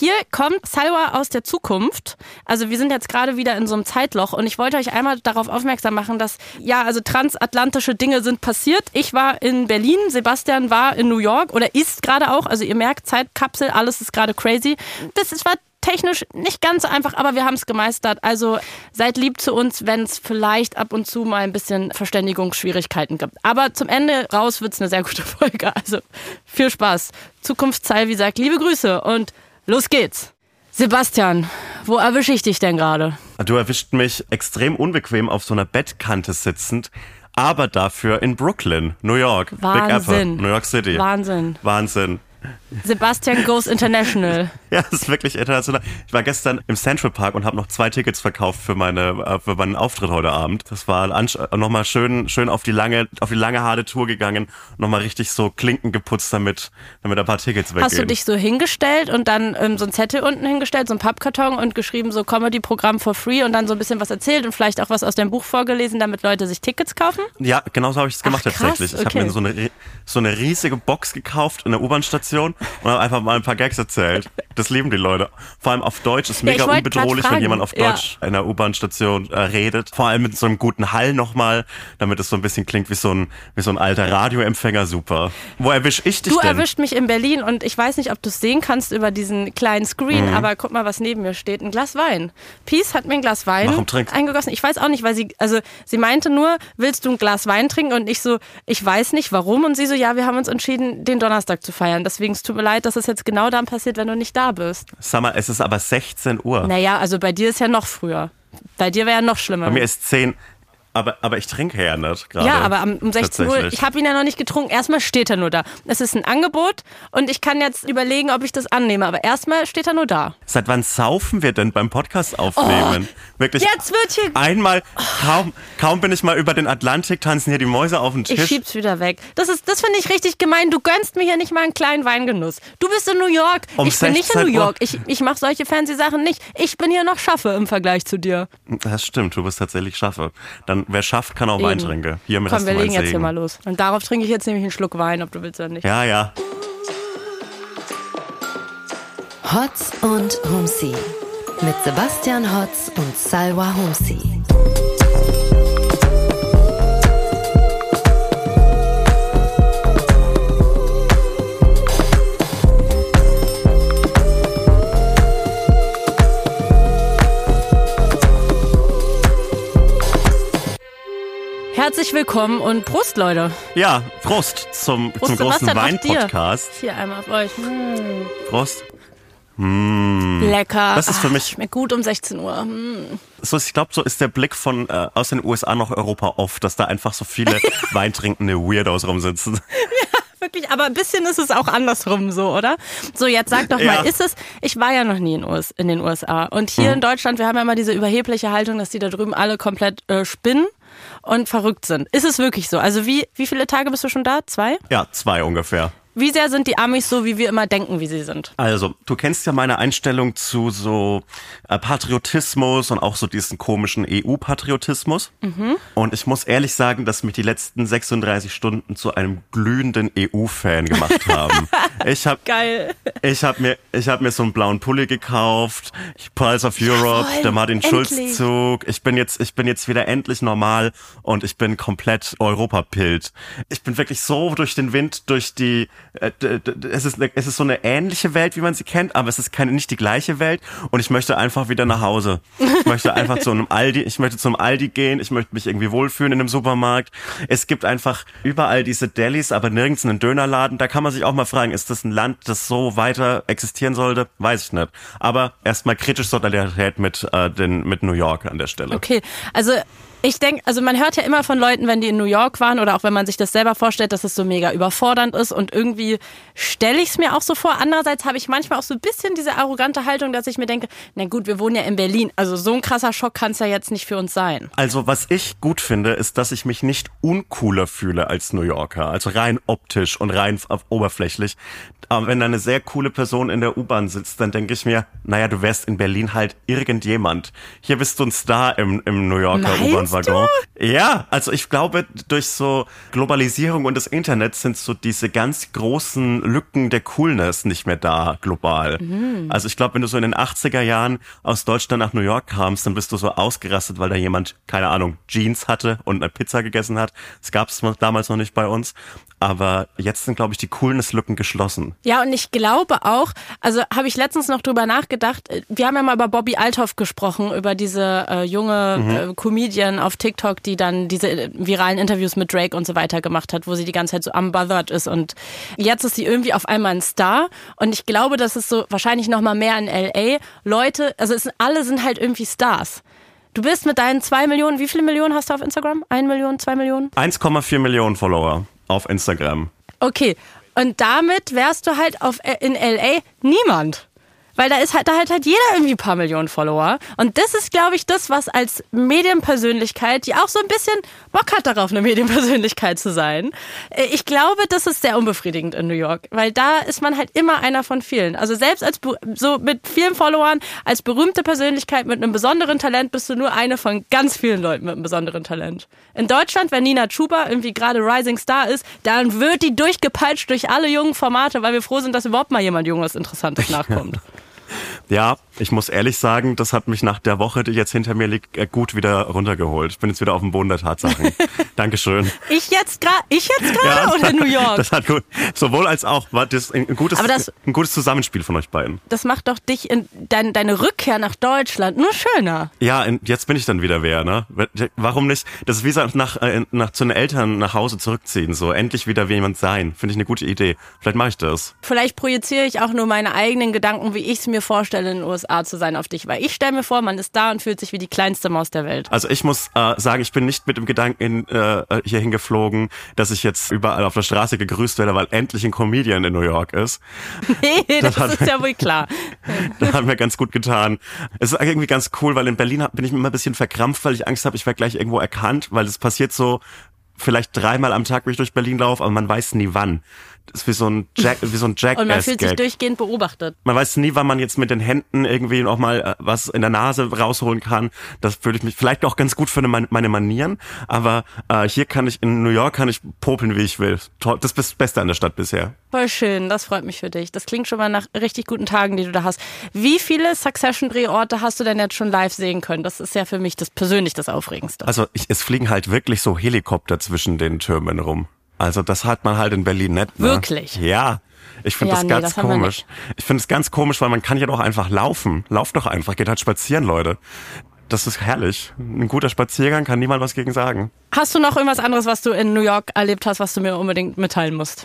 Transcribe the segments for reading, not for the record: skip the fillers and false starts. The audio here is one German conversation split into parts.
hier kommt Salwa aus der Zukunft. Also wir sind jetzt gerade wieder in so einem Zeitloch und ich wollte euch einmal darauf aufmerksam machen, dass also transatlantische Dinge sind passiert. Ich war in Berlin, Sebastian war in New York oder ist gerade auch. Also ihr merkt, Zeitkapsel, alles ist gerade crazy. War technisch nicht ganz so einfach, aber wir haben es gemeistert. Also seid lieb zu uns, wenn es vielleicht ab und zu mal ein bisschen Verständigungsschwierigkeiten gibt. Aber zum Ende raus wird es eine sehr gute Folge. Also viel Spaß. Zukunftssalvi sagt liebe Grüße und los geht's. Sebastian, wo erwische ich dich denn gerade? Du erwischt mich extrem unbequem auf so einer Bettkante sitzend, aber dafür in Brooklyn, New York. Wahnsinn. Big Apple, New York City. Wahnsinn. Sebastian goes international. Ja, das ist wirklich international. Ich war gestern im Central Park und habe noch 2 Tickets verkauft für meinen Auftritt heute Abend. Das war nochmal schön auf die lange harte Tour gegangen, nochmal richtig so Klinken geputzt, damit ein paar Tickets weggehen. Hast du dich so hingestellt und dann so ein Zettel unten hingestellt, so ein Pappkarton und geschrieben so Comedy-Programm for free und dann so ein bisschen was erzählt und vielleicht auch was aus deinem Buch vorgelesen, damit Leute sich Tickets kaufen? Ja, genau so habe ich es gemacht. Krass, tatsächlich. Ich okay. habe mir so eine riesige Box gekauft in der U-Bahn-Station und habe einfach mal ein paar Gags erzählt. Das lieben die Leute. Vor allem auf Deutsch ist mega unbedrohlich, wenn jemand auf Deutsch in der U-Bahn-Station redet. Vor allem mit so einem guten Hall nochmal, damit es so ein bisschen klingt wie so ein alter Radioempfänger. Super. Wo erwische ich dich denn? Du erwischt mich in Berlin und ich weiß nicht, ob du es sehen kannst über diesen kleinen Screen, aber guck mal, was neben mir steht. Ein Glas Wein. Peace hat mir ein Glas Wein eingegossen. Ich weiß auch nicht, weil sie meinte nur, willst du ein Glas Wein trinken? Und ich so, ich weiß nicht warum. Und sie so, ja, wir haben uns entschieden, den Donnerstag zu feiern. Deswegen, es tut mir leid, dass es jetzt genau dann passiert, wenn du nicht da bist. Sag mal, es ist aber 16 Uhr. Naja, also bei dir ist ja noch früher. Bei dir wäre ja noch schlimmer. Bei mir ist 10. Aber ich trinke ja nicht gerade. Ja, aber um 16 Uhr, ich habe ihn ja noch nicht getrunken. Erstmal steht er nur da. Es ist ein Angebot und ich kann jetzt überlegen, ob ich das annehme. Aber erstmal steht er nur da. Seit wann saufen wir denn beim Podcast aufnehmen? Wirklich. Jetzt wird hier... Einmal, kaum bin ich mal über den Atlantik, tanzen hier die Mäuse auf den Tisch. Ich schieb's wieder weg. Das finde ich richtig gemein. Du gönnst mir hier nicht mal einen kleinen Weingenuss. Du bist in New York. Ich bin nicht in New York. Ich mache solche Fernsehsachen nicht. Ich bin hier noch Schaffe im Vergleich zu dir. Das stimmt, du bist tatsächlich Schaffe. Dann wer schafft, kann auch Wein trinken. Komm, wir legen jetzt hier mal los. Und darauf trinke ich jetzt nämlich einen Schluck Wein, ob du willst oder nicht. Ja. Hotz und Humsi mit Sebastian Hotz und Salwa Humsi. Herzlich willkommen und Prost, Leute. Ja, Prost zum großen Wein-Podcast. Hier einmal auf euch. Prost. Lecker. Das ist für mich... Schmeckt gut um 16 Uhr. So, ich glaube, so ist der Blick von aus den USA nach Europa oft, dass da einfach so viele weintrinkende Weirdos rumsitzen. Ja, wirklich. Aber ein bisschen ist es auch andersrum so, oder? So, jetzt sag doch mal, ist es... Ich war ja noch nie in den USA. Und hier in Deutschland, wir haben ja immer diese überhebliche Haltung, dass die da drüben alle komplett spinnen und verrückt sind. Ist es wirklich so? Also wie viele Tage bist du schon da? 2? Ja, 2 ungefähr. Wie sehr sind die Amis so, wie wir immer denken, wie sie sind? Also, du kennst ja meine Einstellung zu so Patriotismus und auch so diesen komischen EU-Patriotismus. Und ich muss ehrlich sagen, dass mich die letzten 36 Stunden zu einem glühenden EU-Fan gemacht haben. Geil. Ich hab mir so einen blauen Pulli gekauft. Pulse of Europe, der Martin-Schulz-Zug. Ich bin jetzt wieder endlich normal und ich bin komplett Europapilt. Ich bin wirklich so durch den Wind, durch die es ist so eine ähnliche Welt, wie man sie kennt, aber es ist nicht die gleiche Welt und ich möchte einfach wieder nach Hause. Ich möchte einfach zum Aldi gehen, ich möchte mich irgendwie wohlfühlen in einem Supermarkt. Es gibt einfach überall diese Delis, aber nirgends einen Dönerladen. Da kann man sich auch mal fragen, ist das ein Land, das so weiter existieren sollte? Weiß ich nicht. Aber erstmal kritisch Solidarität mit New York an der Stelle. Okay, also ich denke, also man hört ja immer von Leuten, wenn die in New York waren oder auch wenn man sich das selber vorstellt, dass es so mega überfordernd ist und irgendwie stelle ich es mir auch so vor. Andererseits habe ich manchmal auch so ein bisschen diese arrogante Haltung, dass ich mir denke, na gut, wir wohnen ja in Berlin, also so ein krasser Schock kann es ja jetzt nicht für uns sein. Also was ich gut finde, ist, dass ich mich nicht uncooler fühle als New Yorker, also rein optisch und rein oberflächlich. Aber wenn da eine sehr coole Person in der U-Bahn sitzt, dann denke ich mir, naja, du wärst in Berlin halt irgendjemand. Hier bist du ein Star im New Yorker U-Bahn-System. Waggon. Ja, also ich glaube, durch so Globalisierung und das Internet sind so diese ganz großen Lücken der Coolness nicht mehr da global. Also ich glaube, wenn du so in den 80er Jahren aus Deutschland nach New York kamst, dann bist du so ausgerastet, weil da jemand, keine Ahnung, Jeans hatte und eine Pizza gegessen hat. Das gab es damals noch nicht bei uns. Aber jetzt sind, glaube ich, die Coolness-Lücken geschlossen. Ja, und ich glaube auch, also habe ich letztens noch drüber nachgedacht, wir haben ja mal über Bobby Althoff gesprochen, über diese junge Comedian auf TikTok, die dann diese viralen Interviews mit Drake und so weiter gemacht hat, wo sie die ganze Zeit so unbothered ist. Und jetzt ist sie irgendwie auf einmal ein Star. Und ich glaube, das ist so wahrscheinlich noch mal mehr in L.A. Leute, also alle sind halt irgendwie Stars. Du bist mit deinen 2 Millionen, wie viele Millionen hast du auf Instagram? 1 Million, 2 Millionen? 1,4 Millionen Follower auf Instagram. Okay, und damit wärst du halt in L.A. niemand. Weil da hat jeder irgendwie ein paar Millionen Follower. Und das ist, glaube ich, das, was als Medienpersönlichkeit, die auch so ein bisschen Bock hat darauf, eine Medienpersönlichkeit zu sein. Ich glaube, das ist sehr unbefriedigend in New York. Weil da ist man halt immer einer von vielen. Also selbst so mit vielen Followern, als berühmte Persönlichkeit mit einem besonderen Talent, bist du nur eine von ganz vielen Leuten mit einem besonderen Talent. In Deutschland, wenn Nina Chuba irgendwie gerade Rising Star ist, dann wird die durchgepeitscht durch alle jungen Formate, weil wir froh sind, dass überhaupt mal jemand Junges, Interessantes nachkommt. Ja, ich muss ehrlich sagen, das hat mich nach der Woche, die jetzt hinter mir liegt, gut wieder runtergeholt. Ich bin jetzt wieder auf dem Boden der Tatsachen. Dankeschön. Ich jetzt gerade oder New York? Das hat gut, sowohl als auch, war das ein gutes Zusammenspiel von euch beiden. Das macht doch dich deine Rückkehr nach Deutschland nur schöner. Ja, jetzt bin ich dann wieder wer, ne? Warum nicht? Das ist wie so nach zu den Eltern nach Hause zurückziehen, so endlich wieder wie jemand sein. Finde ich eine gute Idee. Vielleicht mache ich das. Vielleicht projiziere ich auch nur meine eigenen Gedanken, wie ich es mir vorstelle, in den USA zu sein, auf dich. Weil ich stelle mir vor, man ist da und fühlt sich wie die kleinste Maus der Welt. Also ich muss sagen, ich bin nicht mit dem Gedanken hierhin geflogen, dass ich jetzt überall auf der Straße gegrüßt werde, weil endlich ein Comedian in New York ist. Nee, das ist ja wohl klar. Das hat mir ganz gut getan. Es ist irgendwie ganz cool, weil in Berlin bin ich immer ein bisschen verkrampft, weil ich Angst habe, ich werde gleich irgendwo erkannt, weil es passiert so vielleicht 3-mal am Tag, wenn ich durch Berlin laufe, aber man weiß nie wann. Das ist wie so ein Jackass-Gag. Und man fühlt sich durchgehend beobachtet. Man weiß nie, wann man jetzt mit den Händen irgendwie noch mal was in der Nase rausholen kann. Das fühle ich mich vielleicht auch ganz gut für meine Manieren. Aber in New York kann ich popeln, wie ich will. Toll, das ist das Beste an der Stadt bisher. Voll schön, das freut mich für dich. Das klingt schon mal nach richtig guten Tagen, die du da hast. Wie viele Succession-Drehorte hast du denn jetzt schon live sehen können? Das ist ja für mich persönlich das Aufregendste. Also es fliegen halt wirklich so Helikopter zwischen den Türmen rum. Also das hat man halt in Berlin nicht. Ne? Wirklich? Ja. Ich finde das ganz komisch. Ich finde es ganz komisch, weil man kann ja doch einfach laufen. Lauft doch einfach, geht halt spazieren, Leute. Das ist herrlich. Ein guter Spaziergang, kann niemand was gegen sagen. Hast du noch irgendwas anderes, was du in New York erlebt hast, was du mir unbedingt mitteilen musst?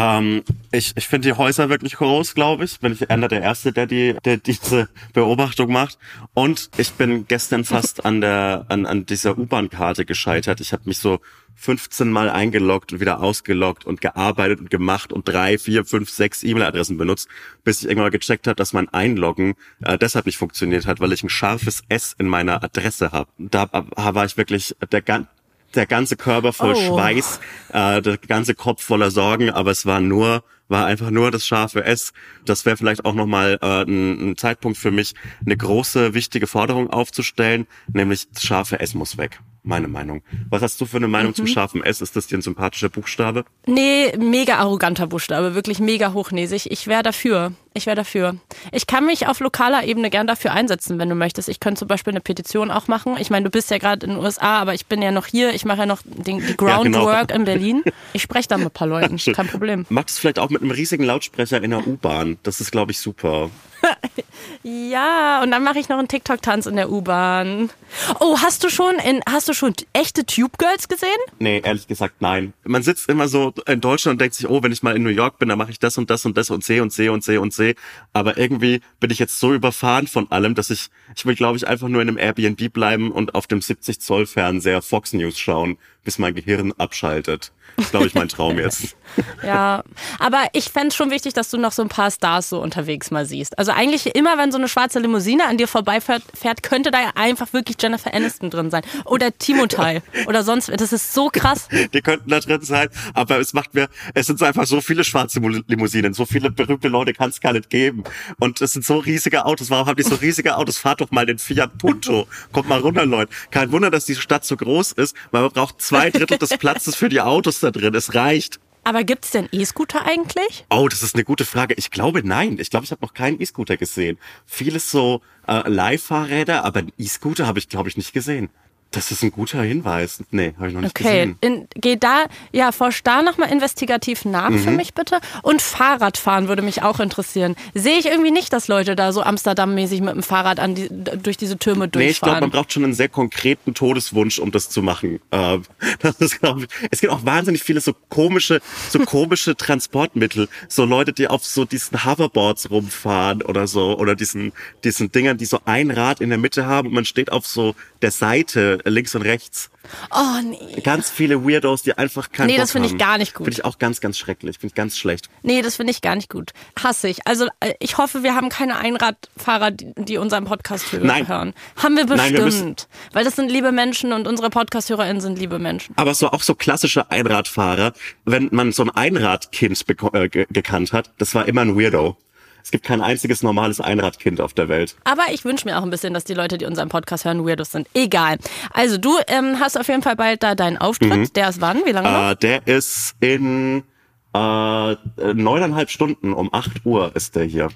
Ich finde die Häuser wirklich groß, glaube ich. Bin ich einer der Erste, der diese Beobachtung macht. Und ich bin gestern fast an dieser U-Bahn-Karte gescheitert. Ich habe mich so 15 Mal eingeloggt und wieder ausgeloggt und gearbeitet und gemacht und 3, 4, 5, 6 E-Mail-Adressen benutzt, bis ich irgendwann mal gecheckt habe, dass mein Einloggen deshalb nicht funktioniert hat, weil ich ein scharfes S in meiner Adresse habe. Da war ich wirklich der ganze Körper voll Schweiß, der ganze Kopf voller Sorgen, aber es war einfach nur das scharfe S. Das wäre vielleicht auch nochmal ein Zeitpunkt für mich, eine große, wichtige Forderung aufzustellen, nämlich das scharfe S muss weg. Meine Meinung. Was hast du für eine Meinung zum scharfen S? Ist das dir ein sympathischer Buchstabe? Nee, mega arroganter Buchstabe, wirklich mega hochnäsig. Ich wäre dafür. Ich kann mich auf lokaler Ebene gern dafür einsetzen, wenn du möchtest. Ich könnte zum Beispiel eine Petition auch machen. Ich meine, du bist ja gerade in den USA, aber ich bin ja noch hier. Ich mache ja noch die Groundwork in Berlin. Ich spreche da mit ein paar Leuten, kein Problem. Machst du es vielleicht auch mit einem riesigen Lautsprecher in der U-Bahn? Das ist, glaube ich, super. Ja, und dann mache ich noch einen TikTok-Tanz in der U-Bahn. Oh, hast du schon echte Tube Girls gesehen? Nee, ehrlich gesagt, nein. Man sitzt immer so in Deutschland und denkt sich, oh, wenn ich mal in New York bin, dann mache ich das und das und das und C und C und C und C. Aber irgendwie bin ich jetzt so überfahren von allem, dass ich will, glaube ich, einfach nur in einem Airbnb bleiben und auf dem 70-Zoll-Fernseher Fox News schauen bis mein Gehirn abschaltet. Das ist, glaube ich, mein Traum jetzt. Ja, aber ich fände es schon wichtig, dass du noch so ein paar Stars so unterwegs mal siehst. Also eigentlich immer, wenn so eine schwarze Limousine an dir vorbeifährt, könnte da ja einfach wirklich Jennifer Aniston drin sein. Oder Timothée oder sonst. Das ist so krass. Die könnten da drin sein, aber es sind einfach so viele schwarze Limousinen, so viele berühmte Leute kann es gar nicht geben. Und es sind so riesige Autos. Warum haben die so riesige Autos? Fahrt doch mal den Fiat Punto. Kommt mal runter, Leute. Kein Wunder, dass diese Stadt so groß ist, weil man braucht 2/3 des Platzes für die Autos da drin. Es reicht. Aber gibt's denn E-Scooter eigentlich? Oh, das ist eine gute Frage. Ich glaube, nein. Ich glaube, ich habe noch keinen E-Scooter gesehen. Vieles so Leihfahrräder, aber einen E-Scooter habe ich, glaube ich, nicht gesehen. Das ist ein guter Hinweis. Nee, habe ich noch nicht gesehen. Forsch da nochmal investigativ nach für mich bitte. Und Fahrradfahren würde mich auch interessieren. Sehe ich irgendwie nicht, dass Leute da so Amsterdam-mäßig mit dem Fahrrad durch diese Türme durchfahren. Nee, ich glaube, man braucht schon einen sehr konkreten Todeswunsch, um das zu machen. Das ist, glaube ich, es gibt auch wahnsinnig viele so komische Transportmittel. So Leute, die auf so diesen Hoverboards rumfahren oder so. Oder diesen Dingern, die so ein Rad in der Mitte haben und man steht auf so der Seite links und rechts. Oh, nee. Ganz viele Weirdos, die einfach keinen Bock haben. Nee, das finde ich gar nicht gut. Finde ich auch ganz, ganz schrecklich. Finde ich ganz schlecht. Nee, das finde ich gar nicht gut. Hasse ich. Also ich hoffe, wir haben keine Einradfahrer, die unseren Podcast hören. Nein. Haben wir bestimmt. Weil das sind liebe Menschen und unsere Podcast-HörerInnen sind liebe Menschen. Aber auch so klassische Einradfahrer, wenn man so ein Einradkind gekannt hat, das war immer ein Weirdo. Es gibt kein einziges normales Einradkind auf der Welt. Aber ich wünsche mir auch ein bisschen, dass die Leute, die unseren Podcast hören, Weirdos sind. Egal. Also du hast auf jeden Fall bald da deinen Auftritt. Der ist wann? Wie lange noch? Der ist in 9,5 Stunden. Um 8 Uhr ist der hier.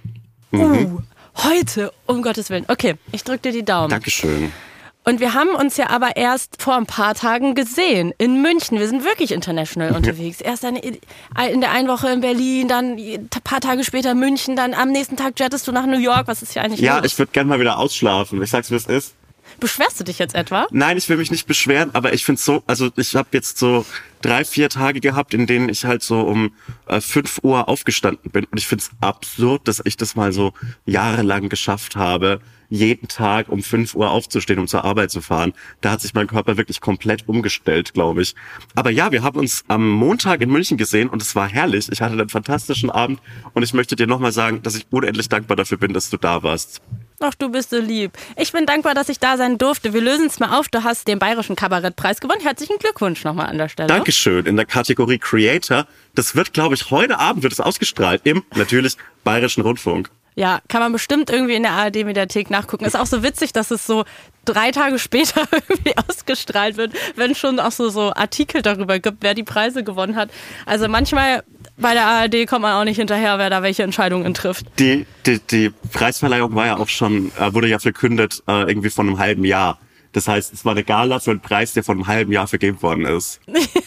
Heute, um Gottes Willen. Okay, ich drücke dir die Daumen. Dankeschön. Und wir haben uns ja aber erst vor ein paar Tagen gesehen in München. Wir sind wirklich international unterwegs. Erst dann in der einen Woche in Berlin, dann ein paar Tage später München, dann am nächsten Tag jettest du nach New York. Was ist hier eigentlich los? Ja, ich würde gerne mal wieder ausschlafen. Ich sag's, wie es ist. Beschwerst du dich jetzt etwa? Nein, ich will mich nicht beschweren, aber ich finde so, also ich habe jetzt so 3-4 Tage gehabt, in denen ich halt so um 5 Uhr aufgestanden bin. Und ich finde es absurd, dass ich das mal so jahrelang geschafft habe, jeden Tag um 5 Uhr aufzustehen, um zur Arbeit zu fahren. Da hat sich mein Körper wirklich komplett umgestellt, glaube ich. Aber ja, wir haben uns am Montag in München gesehen und es war herrlich. Ich hatte einen fantastischen Abend und ich möchte dir nochmal sagen, dass ich unendlich dankbar dafür bin, dass du da warst. Ach, du bist so lieb. Ich bin dankbar, dass ich da sein durfte. Wir lösen es mal auf. Du hast den Bayerischen Kabarettpreis gewonnen. Herzlichen Glückwunsch nochmal an der Stelle. Dankeschön. In der Kategorie Creator. Das wird, glaube ich, heute Abend wird es ausgestrahlt im, natürlich, Bayerischen Rundfunk. Ja, kann man bestimmt irgendwie in der ARD-Mediathek nachgucken. Ist auch so witzig, dass es so 3 Tage später irgendwie ausgestrahlt wird, wenn schon auch so Artikel darüber gibt, wer die Preise gewonnen hat. Also manchmal bei der ARD kommt man auch nicht hinterher, wer da welche Entscheidungen trifft. Die Preisverleihung war ja auch schon, wurde ja verkündet, irgendwie von einem halben Jahr. Das heißt, es war eine Gala für einen Preis, der von einem halben Jahr vergeben worden ist.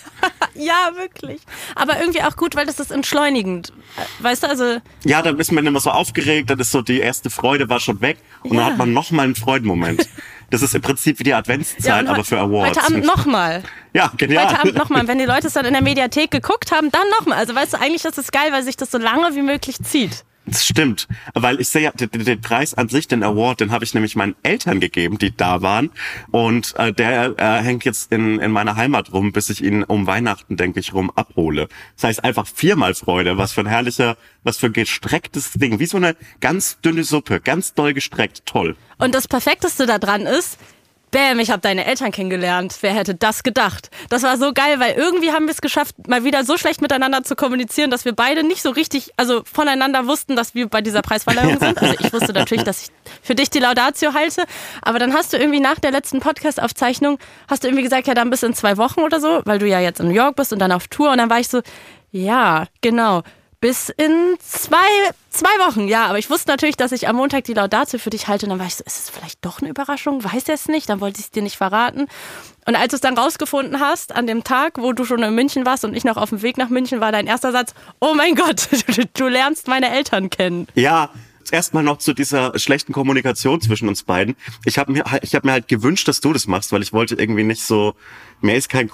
Ja, wirklich. Aber irgendwie auch gut, weil das ist entschleunigend. Weißt du, also... Ja, dann ist man immer so aufgeregt, dann ist so die erste Freude war schon weg und dann hat man nochmal einen Freudenmoment. Das ist im Prinzip wie die Adventszeit, ja, aber für Awards. Heute Abend nochmal. Ja, genial. Heute Abend nochmal. Wenn die Leute es dann in der Mediathek geguckt haben, dann nochmal. Also weißt du, eigentlich ist es geil, weil sich das so lange wie möglich zieht. Das stimmt, weil ich sehe ja den Preis an sich, den Award, den habe ich nämlich meinen Eltern gegeben, die da waren und der hängt jetzt in meiner Heimat rum, bis ich ihn um Weihnachten, denke ich, rum abhole. Das heißt einfach 4-mal Freude, was für ein gestrecktes Ding, wie so eine ganz dünne Suppe, ganz doll gestreckt, toll. Und das Perfekteste daran ist, bäm, ich habe deine Eltern kennengelernt. Wer hätte das gedacht? Das war so geil, weil irgendwie haben wir es geschafft, mal wieder so schlecht miteinander zu kommunizieren, dass wir beide nicht so richtig, also voneinander wussten, dass wir bei dieser Preisverleihung sind. Also ich wusste natürlich, dass ich für dich die Laudatio halte, aber dann hast du irgendwie nach der letzten Podcast-Aufzeichnung, hast du irgendwie gesagt, ja dann bis in 2 Wochen oder so, weil du ja jetzt in New York bist und dann auf Tour und dann war ich so, ja, genau. Bis in 2 Wochen, ja. Aber ich wusste natürlich, dass ich am Montag die Laudatio für dich halte. Und dann war ich so, ist es vielleicht doch eine Überraschung? Weiß er es nicht? Dann wollte ich es dir nicht verraten. Und als du es dann rausgefunden hast, an dem Tag, wo du schon in München warst und ich noch auf dem Weg nach München, war dein erster Satz, oh mein Gott, du lernst meine Eltern kennen. Ja, erstmal noch zu dieser schlechten Kommunikation zwischen uns beiden. Ich hab mir halt gewünscht, dass du das machst, weil ich wollte irgendwie nicht so, mir ist kein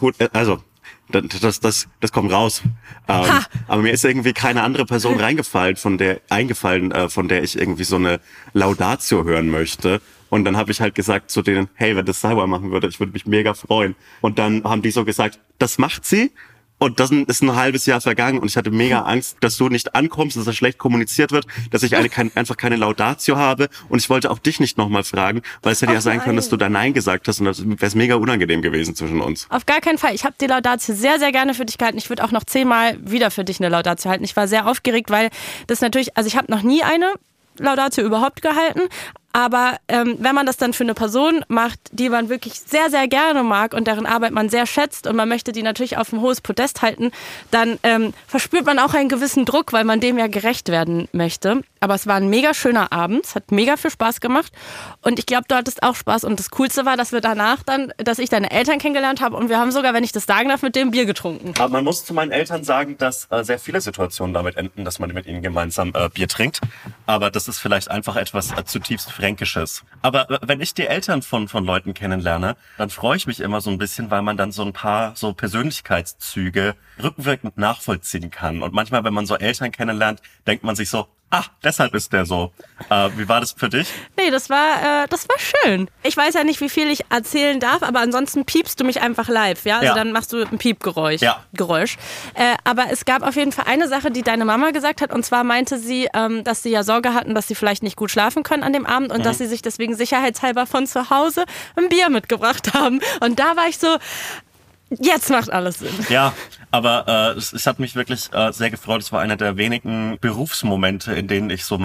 das kommt raus. Aber mir ist irgendwie keine andere Person eingefallen, von der ich irgendwie so eine Laudatio hören möchte. Und dann habe ich halt gesagt zu denen, hey, wenn das Saiwa machen würde, ich würde mich mega freuen. Und dann haben die so gesagt, das macht sie. Und dann ist ein halbes Jahr vergangen und ich hatte mega Angst, dass du nicht ankommst, dass das schlecht kommuniziert wird, dass ich einfach keine Laudatio habe. Und ich wollte auch dich nicht nochmal fragen, weil es hätte ja sein können, dass du da Nein gesagt hast und das wäre es mega unangenehm gewesen zwischen uns. Auf gar keinen Fall. Ich habe die Laudatio sehr, sehr gerne für dich gehalten. Ich würde auch noch 10-mal wieder für dich eine Laudatio halten. Ich war sehr aufgeregt, weil das natürlich, also ich habe noch nie eine Laudatio überhaupt gehalten. Aber wenn man das dann für eine Person macht, die man wirklich sehr, sehr gerne mag und deren Arbeit man sehr schätzt und man möchte die natürlich auf ein hohes Podest halten, dann verspürt man auch einen gewissen Druck, weil man dem ja gerecht werden möchte. Aber es war ein mega schöner Abend, es hat mega viel Spaß gemacht und ich glaube, du hattest auch Spaß und das Coolste war, dass wir danach dann, dass ich deine Eltern kennengelernt habe und wir haben sogar, wenn ich das sagen darf, mit dem Bier getrunken. Aber man muss zu meinen Eltern sagen, dass sehr viele Situationen damit enden, dass man mit ihnen gemeinsam Bier trinkt. Aber das ist vielleicht einfach etwas zutiefst Fränkisches. Aber wenn ich die Eltern von Leuten kennenlerne, dann freue ich mich immer so ein bisschen, weil man dann so ein paar so Persönlichkeitszüge rückwirkend nachvollziehen kann. Und manchmal, wenn man so Eltern kennenlernt, denkt man sich so, deshalb ist der so. Wie war das für dich? Nee, das war schön. Ich weiß ja nicht, wie viel ich erzählen darf, aber ansonsten piepst du mich einfach live, ja? Also dann machst du ein Piepgeräusch. Ja. Aber es gab auf jeden Fall eine Sache, die deine Mama gesagt hat, und zwar meinte sie, dass sie ja Sorge hatten, dass sie vielleicht nicht gut schlafen können an dem Abend und dass sie sich deswegen sicherheitshalber von zu Hause ein Bier mitgebracht haben. Und da war ich so, jetzt macht alles Sinn. Ja, aber es hat mich wirklich sehr gefreut. Es war einer der wenigen Berufsmomente, in denen ich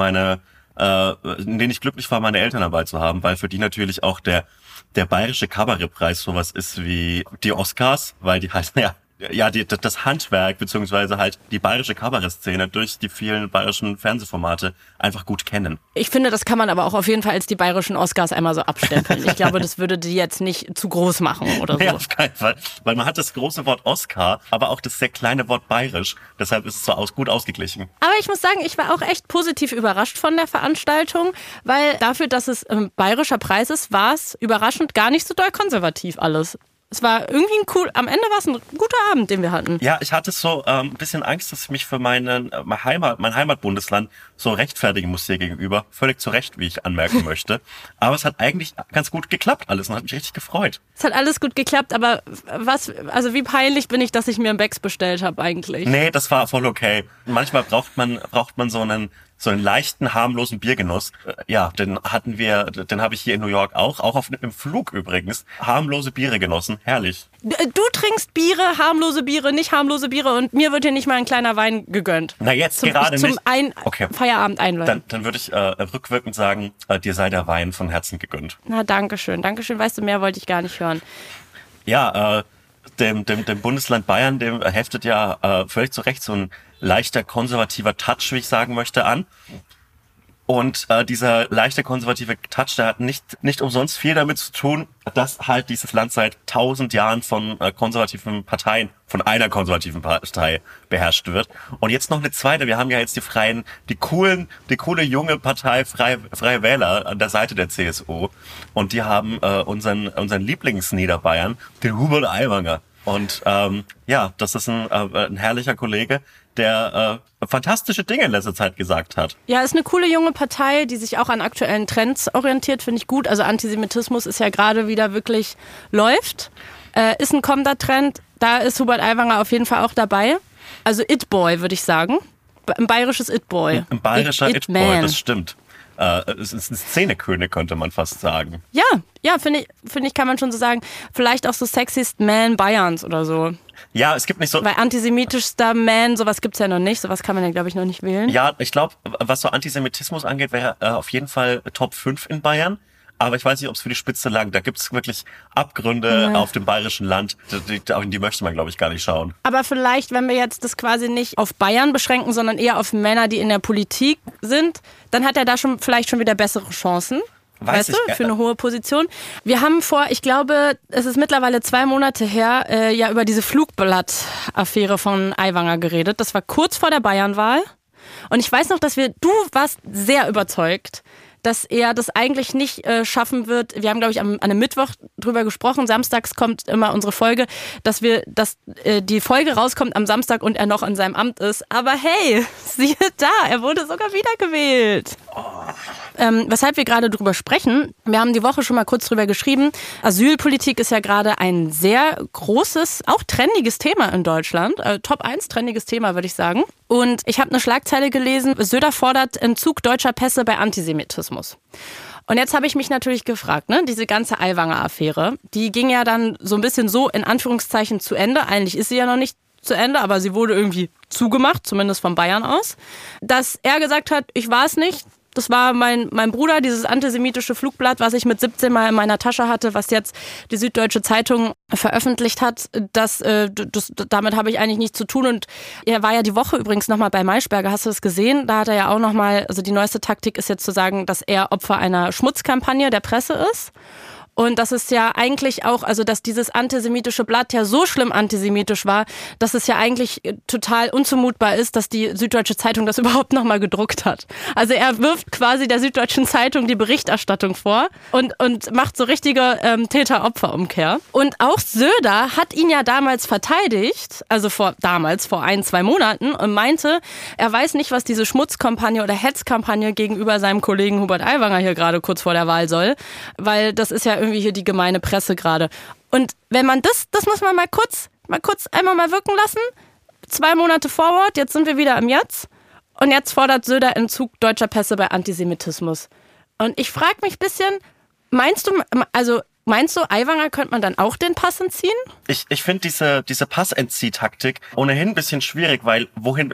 in denen ich glücklich war, meine Eltern dabei zu haben, weil für die natürlich auch der bayerische Kabarettpreis sowas ist wie die Oscars, weil die heißen das Handwerk beziehungsweise halt die bayerische Kabarettszene durch die vielen bayerischen Fernsehformate einfach gut kennen. Ich finde, das kann man aber auch auf jeden Fall als die bayerischen Oscars einmal so abstempeln. Ich glaube, das würde die jetzt nicht zu groß machen oder so. Nee, auf keinen Fall. Weil man hat das große Wort Oscar, aber auch das sehr kleine Wort bayerisch. Deshalb ist es so gut ausgeglichen. Aber ich muss sagen, ich war auch echt positiv überrascht von der Veranstaltung, weil dafür, dass es ein bayerischer Preis ist, war es überraschend gar nicht so doll konservativ alles. Es war irgendwie am Ende war es ein guter Abend, den wir hatten. Ja, ich hatte so ein bisschen Angst, dass ich mich für mein Heimatbundesland so rechtfertigen muss hier gegenüber. Völlig zu Recht, wie ich anmerken möchte. Aber es hat eigentlich ganz gut geklappt alles und hat mich richtig gefreut. Es hat alles gut geklappt, aber wie peinlich bin ich, dass ich mir einen Becks bestellt habe eigentlich? Nee, das war voll okay. Manchmal braucht man so einen leichten, harmlosen Biergenuss. Ja, den habe ich hier in New York auch im Flug übrigens. Harmlose Biere genossen, herrlich. Du trinkst Biere, harmlose Biere, nicht harmlose Biere und mir wird hier nicht mal ein kleiner Wein gegönnt. Na jetzt gerade nicht. Okay. Feierabend einläuten. Dann würde ich rückwirkend sagen, dir sei der Wein von Herzen gegönnt. Na, dankeschön. Weißt du, mehr wollte ich gar nicht hören. Ja, dem Bundesland Bayern, dem heftet ja völlig zu Recht so ein leichter konservativer Touch, wie ich sagen möchte, an. Und dieser leichte konservative Touch, der hat nicht umsonst viel damit zu tun, dass halt dieses Land seit 1000 Jahren von konservativen Parteien, von einer konservativen Partei beherrscht wird. Und jetzt noch eine zweite. Wir haben ja jetzt die coole junge Partei Freie Wähler an der Seite der CSU. Und die haben unseren Lieblingsniederbayern, den Hubert Aiwanger. Und das ist ein herrlicher Kollege, der fantastische Dinge in letzter Zeit gesagt hat. Ja, ist eine coole junge Partei, die sich auch an aktuellen Trends orientiert, finde ich gut. Also Antisemitismus ist ja gerade wieder wirklich läuft. Ist ein kommender Trend. Da ist Hubert Aiwanger auf jeden Fall auch dabei. Also It-Boy, würde ich sagen. Ein bayerisches It-Boy. Ein bayerischer It-Boy, das stimmt. Es ist ein Szenekönig, könnte man fast sagen. Ja, finde ich, kann man schon so sagen. Vielleicht auch so Sexiest Man Bayerns oder so. Ja, es gibt nicht so... Weil antisemitischster Man, sowas gibt's ja noch nicht. Sowas kann man ja, glaube ich, noch nicht wählen. Ja, ich glaube, was so Antisemitismus angeht, wäre auf jeden Fall Top 5 in Bayern. Aber ich weiß nicht, ob es für die Spitze langt. Da gibt es wirklich Abgründe auf dem bayerischen Land. Die möchte man, glaube ich, gar nicht schauen. Aber vielleicht, wenn wir jetzt das quasi nicht auf Bayern beschränken, sondern eher auf Männer, die in der Politik sind, dann hat er da vielleicht schon wieder bessere Chancen. Weißt du, für eine hohe Position. Wir haben ich glaube, es ist mittlerweile 2 Monate her, über diese Flugblatt-Affäre von Aiwanger geredet. Das war kurz vor der Bayernwahl. Und ich weiß noch, du warst sehr überzeugt, dass er das eigentlich nicht schaffen wird. Wir haben, glaube ich, an einem Mittwoch drüber gesprochen. Samstags kommt immer unsere Folge, dass die Folge rauskommt am Samstag und er noch in seinem Amt ist. Aber hey, siehe da, er wurde sogar wiedergewählt. weshalb wir gerade drüber sprechen, wir haben die Woche schon mal kurz drüber geschrieben, Asylpolitik ist ja gerade ein sehr großes, auch trendiges Thema in Deutschland. Top 1 trendiges Thema, würde ich sagen. Und ich habe eine Schlagzeile gelesen, Söder fordert Entzug deutscher Pässe bei Antisemitismus. Und jetzt habe ich mich natürlich gefragt, ne, diese ganze Aiwanger-Affäre, die ging ja dann so ein bisschen so in Anführungszeichen zu Ende. Eigentlich ist sie ja noch nicht zu Ende, aber sie wurde irgendwie zugemacht, zumindest von Bayern aus. Dass er gesagt hat, ich war es nicht. Das war mein Bruder, dieses antisemitische Flugblatt, was ich mit 17 Mal in meiner Tasche hatte, was jetzt die Süddeutsche Zeitung veröffentlicht hat. Damit habe ich eigentlich nichts zu tun. Und er war ja die Woche übrigens nochmal bei Maischberger. Hast du das gesehen? Da hat er ja auch nochmal, also die neueste Taktik ist jetzt zu sagen, dass er Opfer einer Schmutzkampagne der Presse ist. Und das ist ja eigentlich auch, also dass dieses antisemitische Blatt ja so schlimm antisemitisch war, dass es ja eigentlich total unzumutbar ist, dass die Süddeutsche Zeitung das überhaupt nochmal gedruckt hat. Also er wirft quasi der Süddeutschen Zeitung die Berichterstattung vor und macht so richtige Täter-Opfer-Umkehr. Und auch Söder hat ihn ja damals verteidigt, also vor 1-2 Monaten, und meinte, er weiß nicht, was diese Schmutzkampagne oder Hetzkampagne gegenüber seinem Kollegen Hubert Aiwanger hier gerade kurz vor der Wahl soll, weil das ist ja irgendwie hier die gemeine Presse gerade. Und wenn man das muss man mal kurz einmal mal wirken lassen. 2 Monate forward, jetzt sind wir wieder im Jetzt. Und jetzt fordert Söder Entzug deutscher Pässe bei Antisemitismus. Und ich frage mich ein bisschen, meinst du, Aiwanger könnte man dann auch den Pass entziehen? Ich finde diese Passentziehtaktik ohnehin ein bisschen schwierig, weil wohin?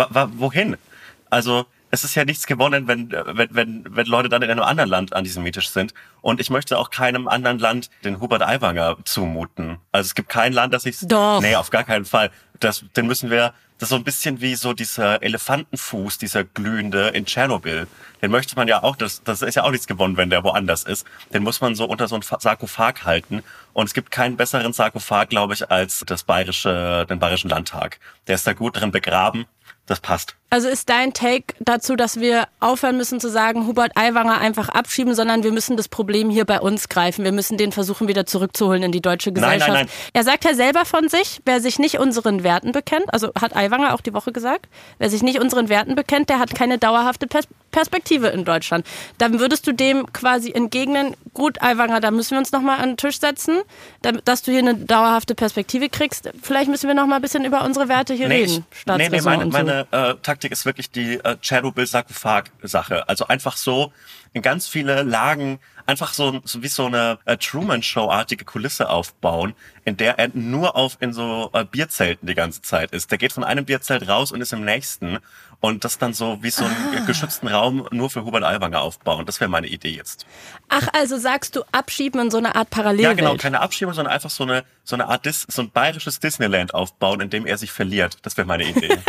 Also es ist ja nichts gewonnen, wenn Leute dann in einem anderen Land antisemitisch sind. Und ich möchte auch keinem anderen Land den Hubert Aiwanger zumuten. Also es gibt kein Land, das ich... Doch. Nee, auf gar keinen Fall. Das ist so ein bisschen wie so dieser Elefantenfuß, dieser glühende in Tschernobyl. Den möchte man ja auch, das ist ja auch nichts gewonnen, wenn der woanders ist. Den muss man so unter so ein Sarkophag halten. Und es gibt keinen besseren Sarkophag, glaube ich, als den Bayerischen Landtag. Der ist da gut drin begraben. Das passt. Also ist dein Take dazu, dass wir aufhören müssen zu sagen, Hubert Aiwanger einfach abschieben, sondern wir müssen das Problem hier bei uns greifen. Wir müssen den versuchen, wieder zurückzuholen in die deutsche Gesellschaft. Nein. Er sagt ja selber von sich, wer sich nicht unseren Werten bekennt, also hat Aiwanger auch die Woche gesagt, wer sich nicht unseren Werten bekennt, der hat keine dauerhafte Perspektive in Deutschland. Dann würdest du dem quasi entgegnen, gut Aiwanger, da müssen wir uns nochmal an den Tisch setzen, dass du hier eine dauerhafte Perspektive kriegst. Vielleicht müssen wir nochmal ein bisschen über unsere Werte hier reden. Meine Taktik ist wirklich die Tschernobyl-Sarkophag-Sache. Also einfach so in ganz viele Lagen einfach so wie so eine Truman-Show-artige Kulisse aufbauen, in der er nur in so Bierzelten die ganze Zeit ist. Der geht von einem Bierzelt raus und ist im nächsten. Und das dann so wie so einen geschützten Raum nur für Hubert Aiwanger aufbauen. Das wäre meine Idee jetzt. Ach, also sagst du abschieben in so eine Art Parallelwelt? Ja, genau, keine Abschiebung, sondern einfach so eine Art, so ein bayerisches Disneyland aufbauen, in dem er sich verliert. Das wäre meine Idee.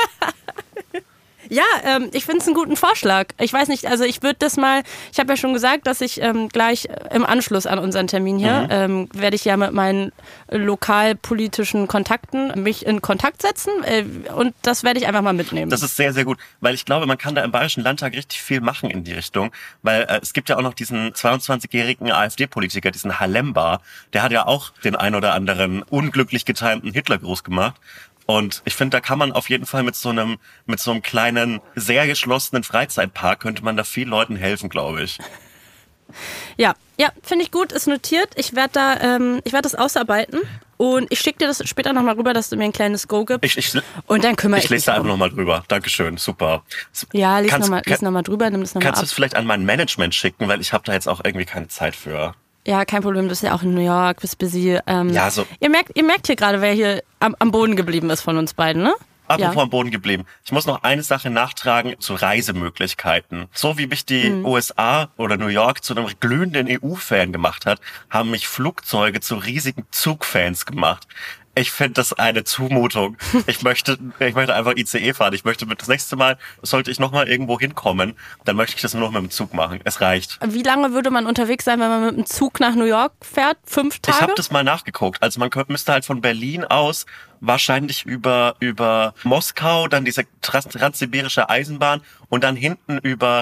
Ja, ich finde es einen guten Vorschlag. Ich weiß nicht, also ich würde das mal, ich habe ja schon gesagt, dass ich gleich im Anschluss an unseren Termin hier, werde ich ja mit meinen lokalpolitischen Kontakten mich in Kontakt setzen und das werde ich einfach mal mitnehmen. Das ist sehr, sehr gut, weil ich glaube, man kann da im Bayerischen Landtag richtig viel machen in die Richtung, weil es gibt ja auch noch diesen 22-jährigen AfD-Politiker, diesen Halemba, der hat ja auch den ein oder anderen unglücklich getimten Hitlergruß gemacht. Und ich finde, da kann man auf jeden Fall mit so einem kleinen, sehr geschlossenen Freizeitpark könnte man da vielen Leuten helfen, glaube ich. Ja, finde ich gut, ist notiert. Ich werde das ausarbeiten und ich schicke dir das später nochmal rüber, dass du mir ein kleines Go gibst. Und dann kümmere ich mich. Ich lese da einfach nochmal drüber. Dankeschön, super. Ja, lies nochmal drüber, nimm das nochmal ab. Kannst du es vielleicht an mein Management schicken, weil ich habe da jetzt auch irgendwie keine Zeit für. Ja, kein Problem, du bist ja auch in New York, bist busy. Ja, so. Ihr merkt hier gerade, wer hier am Boden geblieben ist von uns beiden, ne? Apropos am Boden geblieben. Ich muss noch eine Sache nachtragen zu Reisemöglichkeiten. So wie mich die USA oder New York zu einem glühenden EU-Fan gemacht hat, haben mich Flugzeuge zu riesigen Zugfans gemacht. Ich finde das eine Zumutung. Ich möchte einfach ICE fahren. Das nächste Mal, sollte ich nochmal irgendwo hinkommen, dann möchte ich das nur noch mit dem Zug machen. Es reicht. Wie lange würde man unterwegs sein, wenn man mit dem Zug nach New York fährt? 5 Tage? Ich habe das mal nachgeguckt. Also man müsste halt von Berlin aus wahrscheinlich über Moskau, dann diese transsibirische Eisenbahn und dann hinten über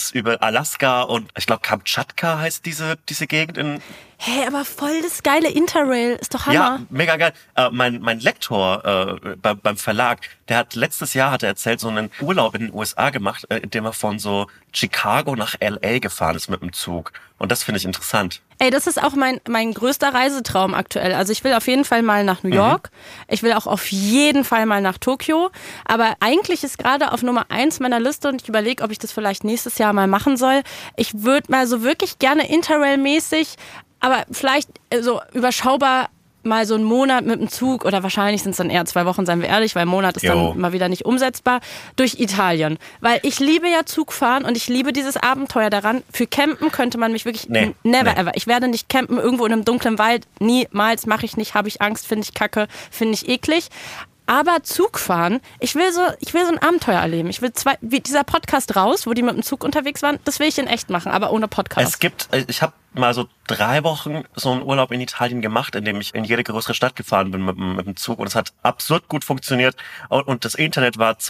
Alaska und ich glaube Kamtschatka heißt diese Gegend in... Hey, aber voll das geile Interrail, ist doch Hammer. Ja, mega geil. Mein Lektor beim Verlag, letztes Jahr hat er erzählt, so einen Urlaub in den USA gemacht, in dem er von so Chicago nach LA gefahren ist mit dem Zug. Und das finde ich interessant. Ey, das ist auch mein größter Reisetraum aktuell. Also ich will auf jeden Fall mal nach New York. Ich will auch auf jeden Fall mal nach Tokio. Aber eigentlich ist gerade auf Nummer 1 meiner Liste und ich überlege, ob ich das vielleicht nächstes Jahr mal machen soll. Ich würde mal so wirklich gerne Interrail-mäßig, aber vielleicht so überschaubar mal so einen Monat mit dem Zug oder wahrscheinlich sind es dann eher 2 Wochen, seien wir ehrlich, weil ein Monat ist dann mal wieder nicht umsetzbar, durch Italien. Weil ich liebe ja Zugfahren und ich liebe dieses Abenteuer daran. Für Campen könnte man mich wirklich never ever. Ich werde nicht campen irgendwo in einem dunklen Wald. Niemals, mache ich nicht, habe ich Angst, finde ich kacke, finde ich eklig. Aber Zugfahren, ich will so ein Abenteuer erleben. Ich will wie dieser Podcast raus, wo die mit dem Zug unterwegs waren, das will ich in echt machen, aber ohne Podcast. Ich habe mal so 3 Wochen so einen Urlaub in Italien gemacht, in dem ich in jede größere Stadt gefahren bin mit dem Zug und es hat absurd gut funktioniert und das Internet war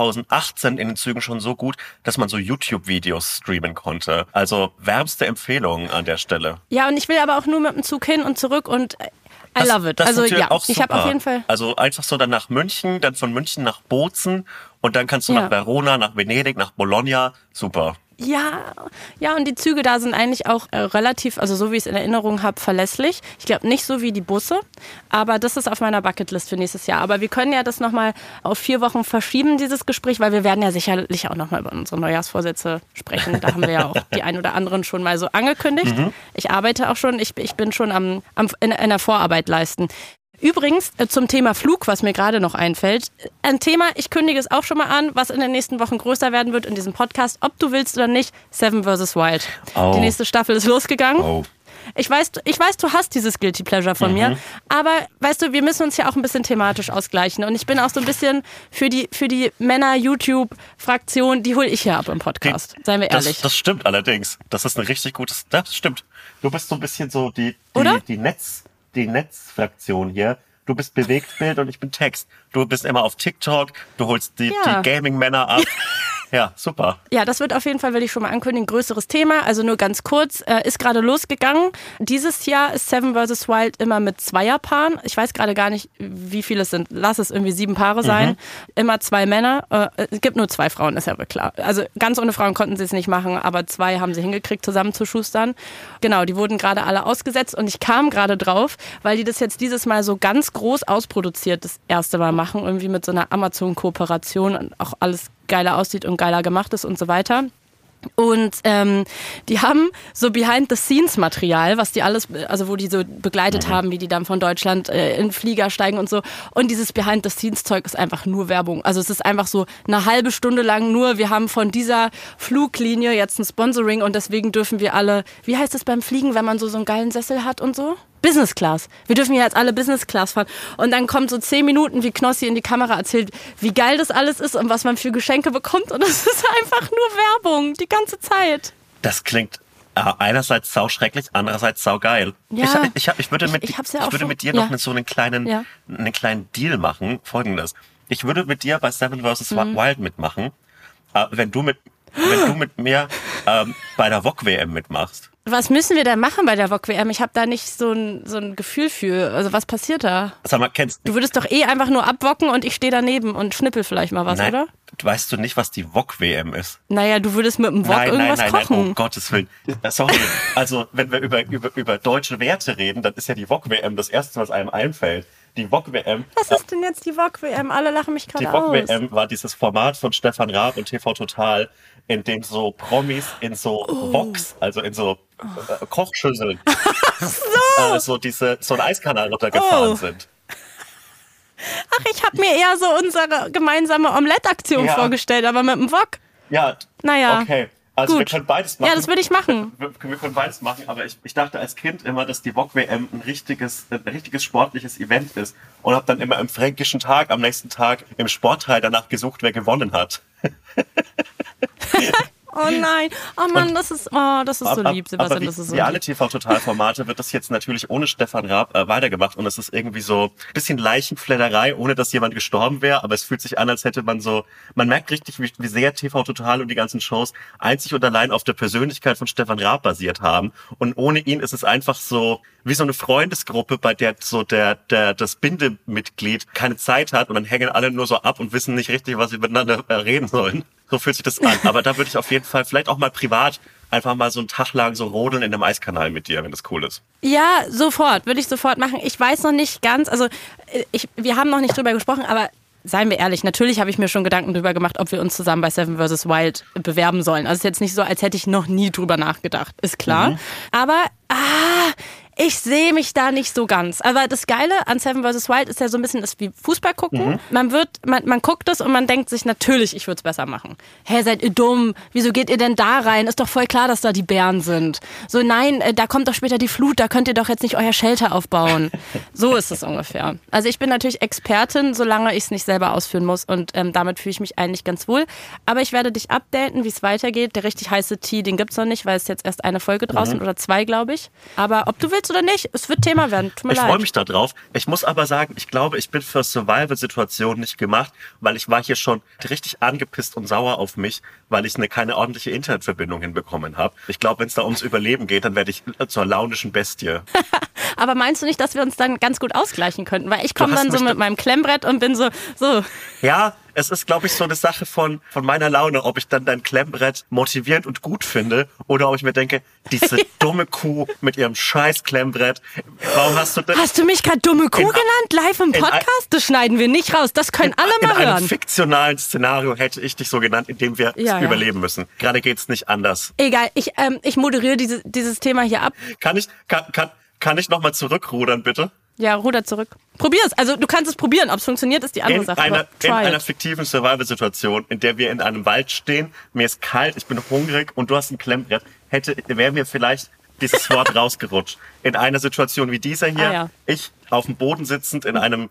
2018 in den Zügen schon so gut, dass man so YouTube-Videos streamen konnte. Also wärmste Empfehlung an der Stelle. Ja, und ich will aber auch nur mit dem Zug hin und zurück und I love it. Also ja, auch ich habe auf jeden Fall... Also einfach so dann nach München, dann von München nach Bozen und dann kannst du nach Verona, nach Venedig, nach Bologna. Super. Ja, und die Züge da sind eigentlich auch relativ, also so wie ich es in Erinnerung habe, verlässlich. Ich glaube nicht so wie die Busse, aber das ist auf meiner Bucketlist für nächstes Jahr. Aber wir können ja das nochmal auf 4 Wochen verschieben, dieses Gespräch, weil wir werden ja sicherlich auch nochmal über unsere Neujahrsvorsätze sprechen. Da haben wir ja auch die ein oder anderen schon mal so angekündigt. Ich arbeite auch schon, ich bin schon in der Vorarbeit leisten. Übrigens, zum Thema Flug, was mir gerade noch einfällt, ein Thema, ich kündige es auch schon mal an, was in den nächsten Wochen größer werden wird in diesem Podcast, ob du willst oder nicht, Seven vs. Wild. Oh. Die nächste Staffel ist losgegangen. Oh. Ich weiß, du hast dieses Guilty Pleasure von mir, aber weißt du, wir müssen uns ja auch ein bisschen thematisch ausgleichen und ich bin auch so ein bisschen für die Männer-YouTube-Fraktion, die hole ich hier ab im Podcast, seien wir ehrlich. Das stimmt allerdings, das ist ein richtig gutes, das stimmt. Du bist so ein bisschen so die Netzfraktion hier. Du bist Bewegtbild und ich bin Text. Du bist immer auf TikTok, du holst die Gaming-Männer ab. Ja, super. Ja, das wird auf jeden Fall, will ich schon mal ankündigen, größeres Thema. Also nur ganz kurz, ist gerade losgegangen. Dieses Jahr ist Seven vs. Wild immer mit Zweierpaaren. Ich weiß gerade gar nicht, wie viele es sind. Lass es irgendwie 7 Paare sein. Immer 2 Männer. Es gibt nur 2 Frauen, ist ja wohl klar. Also ganz ohne Frauen konnten sie es nicht machen, aber 2 haben sie hingekriegt, zusammen zu schustern. Genau, die wurden gerade alle ausgesetzt und ich kam gerade drauf, weil die das jetzt dieses Mal so ganz groß ausproduziert das erste Mal machen. Irgendwie mit so einer Amazon-Kooperation und auch alles geiler aussieht und geiler gemacht ist und so weiter. Und die haben so Behind-the-Scenes-Material, was die alles, also wo die so begleitet haben, wie die dann von Deutschland in Flieger steigen und so. Und dieses Behind-the-Scenes-Zeug ist einfach nur Werbung. Also es ist einfach so eine halbe Stunde lang nur, wir haben von dieser Fluglinie jetzt ein Sponsoring und deswegen dürfen wir alle, wie heißt es beim Fliegen, wenn man so einen geilen Sessel hat und so? Business Class. Wir dürfen ja jetzt alle Business Class fahren. Und dann kommt so 10 Minuten, wie Knossi in die Kamera erzählt, wie geil das alles ist und was man für Geschenke bekommt. Und es ist einfach nur Werbung, die ganze Zeit. Das klingt einerseits sauschrecklich, andererseits saugeil. Ja, ich würde mit dir noch so einen kleinen Deal machen. Folgendes. Ich würde mit dir bei Seven vs. Wild mitmachen, wenn du mit mir bei der VOG-WM mitmachst. Was müssen wir denn machen bei der VOG-WM? Ich habe da nicht so ein Gefühl für. Also was passiert da? Sag mal, du würdest doch einfach nur abwocken und ich stehe daneben und schnippel vielleicht mal was, oder? Weißt du nicht, was die VOG-WM ist? Naja, du würdest mit dem Wok irgendwas kochen. Nein, um Gottes Willen. Sorry. Also, wenn wir über deutsche Werte reden, dann ist ja die VOG-WM das Erste, was einem einfällt. Die VOG-WM. Was ist denn jetzt die VOG-WM? Alle lachen mich gerade aus. Die VOG-WM war dieses Format von Stefan Raab und TV Total, in dem so Promis in so Woks, also in so Kochschüsseln, so einen Eiskanal runtergefahren sind. Ach, ich habe mir eher so unsere gemeinsame Omelette-Aktion vorgestellt, aber mit dem Wok. Ja, naja. Okay. Also wir können beides machen. Ja, das würde ich machen. Wir können beides machen, aber ich dachte als Kind immer, dass die VOG-WM ein richtiges sportliches Event ist und habe dann immer im Fränkischen Tag, am nächsten Tag im Sportteil danach gesucht, wer gewonnen hat. Oh nein, oh Mann, das ist so lieb, Sebastian, aber das ist so wie alle lieb. TV-Total-Formate wird das jetzt natürlich ohne Stefan Raab weitergemacht und es ist irgendwie so ein bisschen Leichenfledderei, ohne dass jemand gestorben wäre, aber es fühlt sich an, als hätte man merkt richtig, wie sehr TV-Total und die ganzen Shows einzig und allein auf der Persönlichkeit von Stefan Raab basiert haben und ohne ihn ist es einfach so wie so eine Freundesgruppe, bei der so das Bindemitglied keine Zeit hat und dann hängen alle nur so ab und wissen nicht richtig, was sie miteinander reden sollen. So fühlt sich das an. Aber da würde ich auf jeden Fall vielleicht auch mal privat einfach mal so einen Tag lang so rodeln in einem Eiskanal mit dir, wenn das cool ist. Ja, sofort. Würde ich sofort machen. Ich weiß noch nicht ganz, also wir haben noch nicht drüber gesprochen, aber seien wir ehrlich, natürlich habe ich mir schon Gedanken drüber gemacht, ob wir uns zusammen bei Seven vs. Wild bewerben sollen. Also es ist jetzt nicht so, als hätte ich noch nie drüber nachgedacht. Ist klar. Mhm. Aber, ich sehe mich da nicht so ganz. Aber das Geile an Seven vs. Wild ist ja so ein bisschen das wie Fußball gucken. Mhm. Man guckt es und man denkt sich natürlich, ich würde es besser machen. Hä, seid ihr dumm? Wieso geht ihr denn da rein? Ist doch voll klar, dass da die Bären sind. So, nein, da kommt doch später die Flut, da könnt ihr doch jetzt nicht euer Shelter aufbauen. So ist es ungefähr. Also ich bin natürlich Expertin, solange ich es nicht selber ausführen muss und damit fühle ich mich eigentlich ganz wohl. Aber ich werde dich updaten, wie es weitergeht. Der richtig heiße Tee, den gibt's noch nicht, weil es jetzt erst eine Folge draußen oder 2, glaube ich. Aber ob du willst oder nicht, es wird Thema werden. Tut mir leid. Ich freue mich da drauf. Ich muss aber sagen, ich glaube, ich bin für Survival-Situationen nicht gemacht, weil ich war hier schon richtig angepisst und sauer auf mich, weil ich keine ordentliche Internetverbindung hinbekommen habe. Ich glaube, wenn es da ums Überleben geht, dann werde ich zur launischen Bestie. Aber meinst du nicht, dass wir uns dann ganz gut ausgleichen könnten? Weil ich komme dann so mit meinem Klemmbrett und bin so. Ja, es ist, glaube ich, so eine Sache von meiner Laune, ob ich dann dein Klemmbrett motivierend und gut finde oder ob ich mir denke, diese dumme Kuh mit ihrem scheiß Klemmbrett, warum hast du das? Hast du mich gerade dumme Kuh genannt? Live im Podcast? Das schneiden wir nicht raus. Das können alle mal hören. In einem fiktionalen Szenario hätte ich dich so genannt, in dem wir überleben müssen. Gerade geht's nicht anders. Egal, ich moderiere dieses Thema hier ab. Kann ich nochmal zurückrudern, bitte? Ja, ruder zurück. Probier's. Also du kannst es probieren. Ob es funktioniert, ist die andere Sache. In einer fiktiven Survival-Situation, in der wir in einem Wald stehen, mir ist kalt, ich bin hungrig und du hast ein Klemmbrett, wäre mir vielleicht dieses Wort rausgerutscht. In einer Situation wie dieser hier, ich auf dem Boden sitzend in einem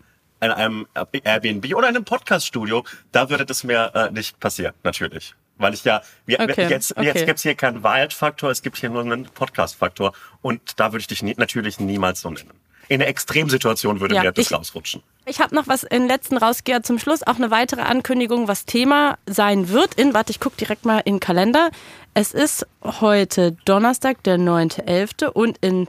Airbnb oder in einem Podcast-Studio, da würde das mir nicht passieren, natürlich. Weil ich jetzt gibt's hier keinen Wild-Faktor, es gibt hier nur einen Podcast-Faktor und da würde ich dich natürlich niemals so nennen. In einer Extremsituation würde mir das rausrutschen. Ich habe noch was in letzten Rausgeher zum Schluss, auch eine weitere Ankündigung, was Thema sein wird. Ich gucke direkt mal in den Kalender. Es ist heute Donnerstag, der 9.11. und in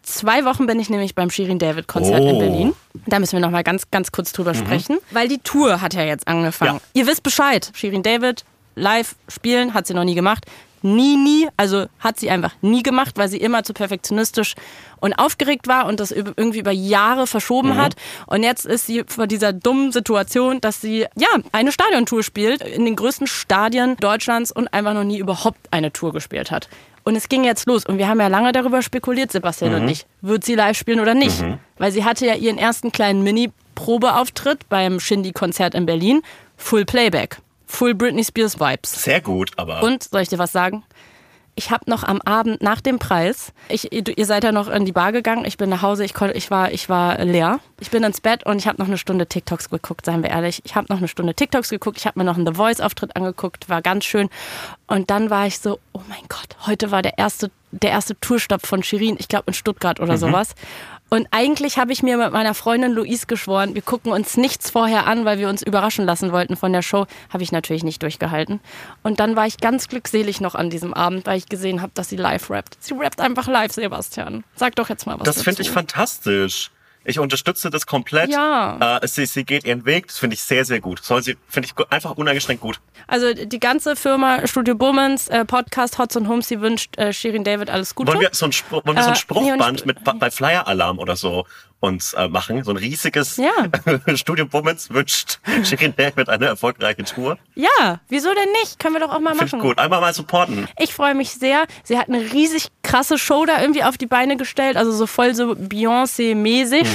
2 Wochen bin ich nämlich beim Shirin David Konzert in Berlin. Da müssen wir noch mal ganz, ganz kurz drüber sprechen, weil die Tour hat ja jetzt angefangen. Ja. Ihr wisst Bescheid, Shirin David live spielen, hat sie noch nie gemacht. Nie, also hat sie einfach nie gemacht, weil sie immer zu perfektionistisch und aufgeregt war und das irgendwie über Jahre verschoben hat. Und jetzt ist sie vor dieser dummen Situation, dass sie eine Stadiontour spielt in den größten Stadien Deutschlands und einfach noch nie überhaupt eine Tour gespielt hat. Und es ging jetzt los und wir haben ja lange darüber spekuliert, Sebastian und ich, wird sie live spielen oder nicht? Weil sie hatte ja ihren ersten kleinen Mini-Probeauftritt beim Shindy-Konzert in Berlin, Full Playback. Full Britney Spears Vibes. Sehr gut, aber... Und, soll ich dir was sagen? Ich habe noch am Abend nach dem Preis, ihr seid ja noch in die Bar gegangen, ich bin nach Hause, ich war leer. Ich bin ins Bett und ich habe noch eine Stunde TikToks geguckt, seien wir ehrlich. Ich habe noch eine Stunde TikToks geguckt, ich habe mir noch einen The Voice-Auftritt angeguckt, war ganz schön. Und dann war ich so, oh mein Gott, heute war der erste Tourstopp von Shirin, ich glaube in Stuttgart oder sowas. Und eigentlich habe ich mir mit meiner Freundin Louise geschworen, wir gucken uns nichts vorher an, weil wir uns überraschen lassen wollten von der Show. Habe ich natürlich nicht durchgehalten. Und dann war ich ganz glückselig noch an diesem Abend, weil ich gesehen habe, dass sie live rappt. Sie rappt einfach live, Sebastian. Sag doch jetzt mal was dazu. Das finde ich fantastisch. Ich unterstütze das komplett. Ja. Sie geht ihren Weg, das finde ich sehr, sehr gut. Finde ich einfach uneingeschränkt gut. Also die ganze Firma Studio Bummens, Podcast Hotz und Homsi wünscht Shirin David alles Gute. Wollen wir so ein Spruchband bei Flyer Alarm oder so uns machen? So ein riesiges Studio Bummens wünscht Shirin David eine erfolgreiche Tour. Ja, wieso denn nicht? Können wir doch auch mal machen. Finde ich gut. Einmal mal supporten. Ich freue mich sehr. Sie hat eine riesig krasse Show da irgendwie auf die Beine gestellt, also so voll so Beyoncé-mäßig.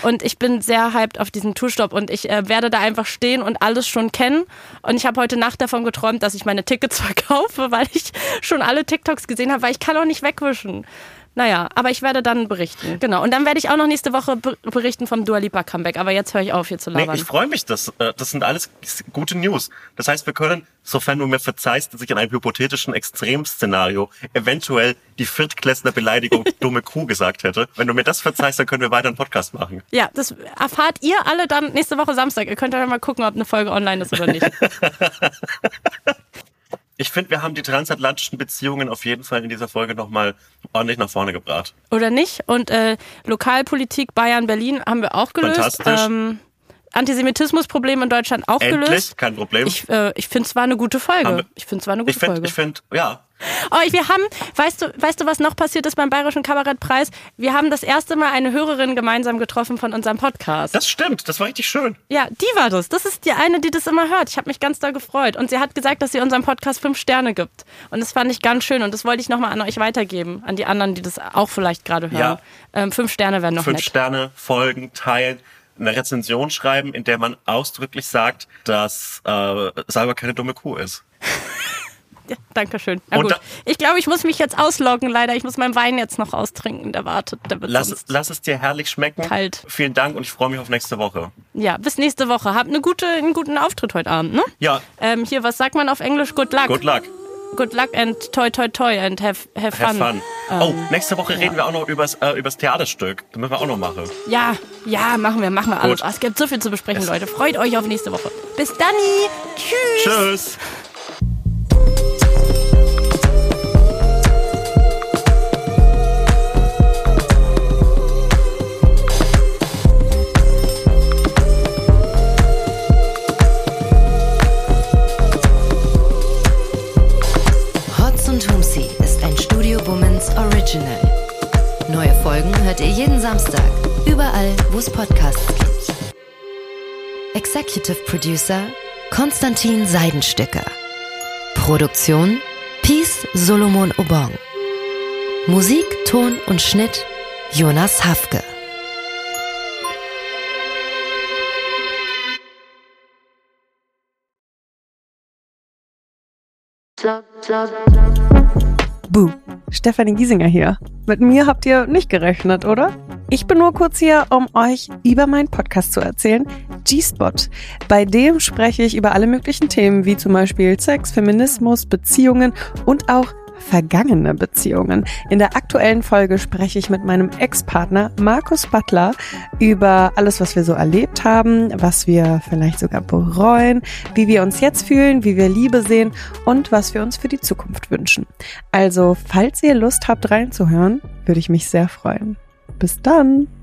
Und ich bin sehr hyped auf diesen Tourstop und ich werde da einfach stehen und alles schon kennen. Und ich habe heute Nacht davon geträumt, dass ich meine Tickets verkaufe, weil ich schon alle TikToks gesehen habe, weil ich kann auch nicht wegwischen. Naja, aber ich werde dann berichten. Genau. Und dann werde ich auch noch nächste Woche berichten vom Dua Lipa Comeback. Aber jetzt höre ich auf, hier zu labern. Nee, ich freue mich. Das sind alles gute News. Das heißt, wir können, sofern du mir verzeihst, dass ich in einem hypothetischen Extremszenario eventuell die Viertklässler Beleidigung dumme Kuh gesagt hätte. Wenn du mir das verzeihst, dann können wir weiter einen Podcast machen. Ja, das erfahrt ihr alle dann nächste Woche Samstag. Ihr könnt dann mal gucken, ob eine Folge online ist oder nicht. Ich finde, wir haben die transatlantischen Beziehungen auf jeden Fall in dieser Folge nochmal ordentlich nach vorne gebracht. Oder nicht? Und Lokalpolitik Bayern-Berlin haben wir auch gelöst. Fantastisch. Antisemitismusproblem in Deutschland auch Endlich, gelöst. kein Problem. Ich finde, es war eine gute Folge. Ich finde, ja. Oh, wir haben, weißt du, was noch passiert ist beim Bayerischen Kabarettpreis? Wir haben das erste Mal eine Hörerin gemeinsam getroffen von unserem Podcast. Das stimmt, das war richtig schön. Ja, die war das. Das ist die eine, die das immer hört. Ich habe mich ganz doll gefreut. Und sie hat gesagt, dass sie unserem Podcast 5 Sterne gibt. Und das fand ich ganz schön. Und das wollte ich nochmal an euch weitergeben. An die anderen, die das auch vielleicht gerade hören. Ja. 5 Sterne wären noch 5 nett. 5 Sterne, folgen, teilen. Eine Rezension schreiben, in der man ausdrücklich sagt, dass Salva keine dumme Kuh ist. Ja, Dankeschön. Na gut. Ich glaube, ich muss mich jetzt ausloggen, leider. Ich muss meinen Wein jetzt noch austrinken. Der wartet. Der wird lass es dir herrlich schmecken. Kalt. Vielen Dank und ich freue mich auf nächste Woche. Ja, bis nächste Woche. Habt einen guten Auftritt heute Abend, ne? Ja. Hier, was sagt man auf Englisch? Good luck. Good luck. Good luck and toi toi toi and have fun. Nächste Woche reden wir auch noch übers Theaterstück. Das müssen wir auch noch machen. Ja, machen wir alles. Es gibt so viel zu besprechen, Leute. Freut euch auf nächste Woche. Bis dann. Tschüss. Ist ein Studio Womans Original. Neue Folgen hört ihr jeden Samstag, überall, wo es Podcasts gibt. Executive Producer Konstantin Seidenstücker. Produktion Peace Solomon Obong. Musik, Ton und Schnitt Jonas Hafke. Buh, Stefanie Giesinger hier. Mit mir habt ihr nicht gerechnet, oder? Ich bin nur kurz hier, um euch über meinen Podcast zu erzählen, G-Spot. Bei dem spreche ich über alle möglichen Themen, wie zum Beispiel Sex, Feminismus, Beziehungen und auch vergangene Beziehungen. In der aktuellen Folge spreche ich mit meinem Ex-Partner Markus Butler über alles, was wir so erlebt haben, was wir vielleicht sogar bereuen, wie wir uns jetzt fühlen, wie wir Liebe sehen und was wir uns für die Zukunft wünschen. Also, falls ihr Lust habt reinzuhören, würde ich mich sehr freuen. Bis dann!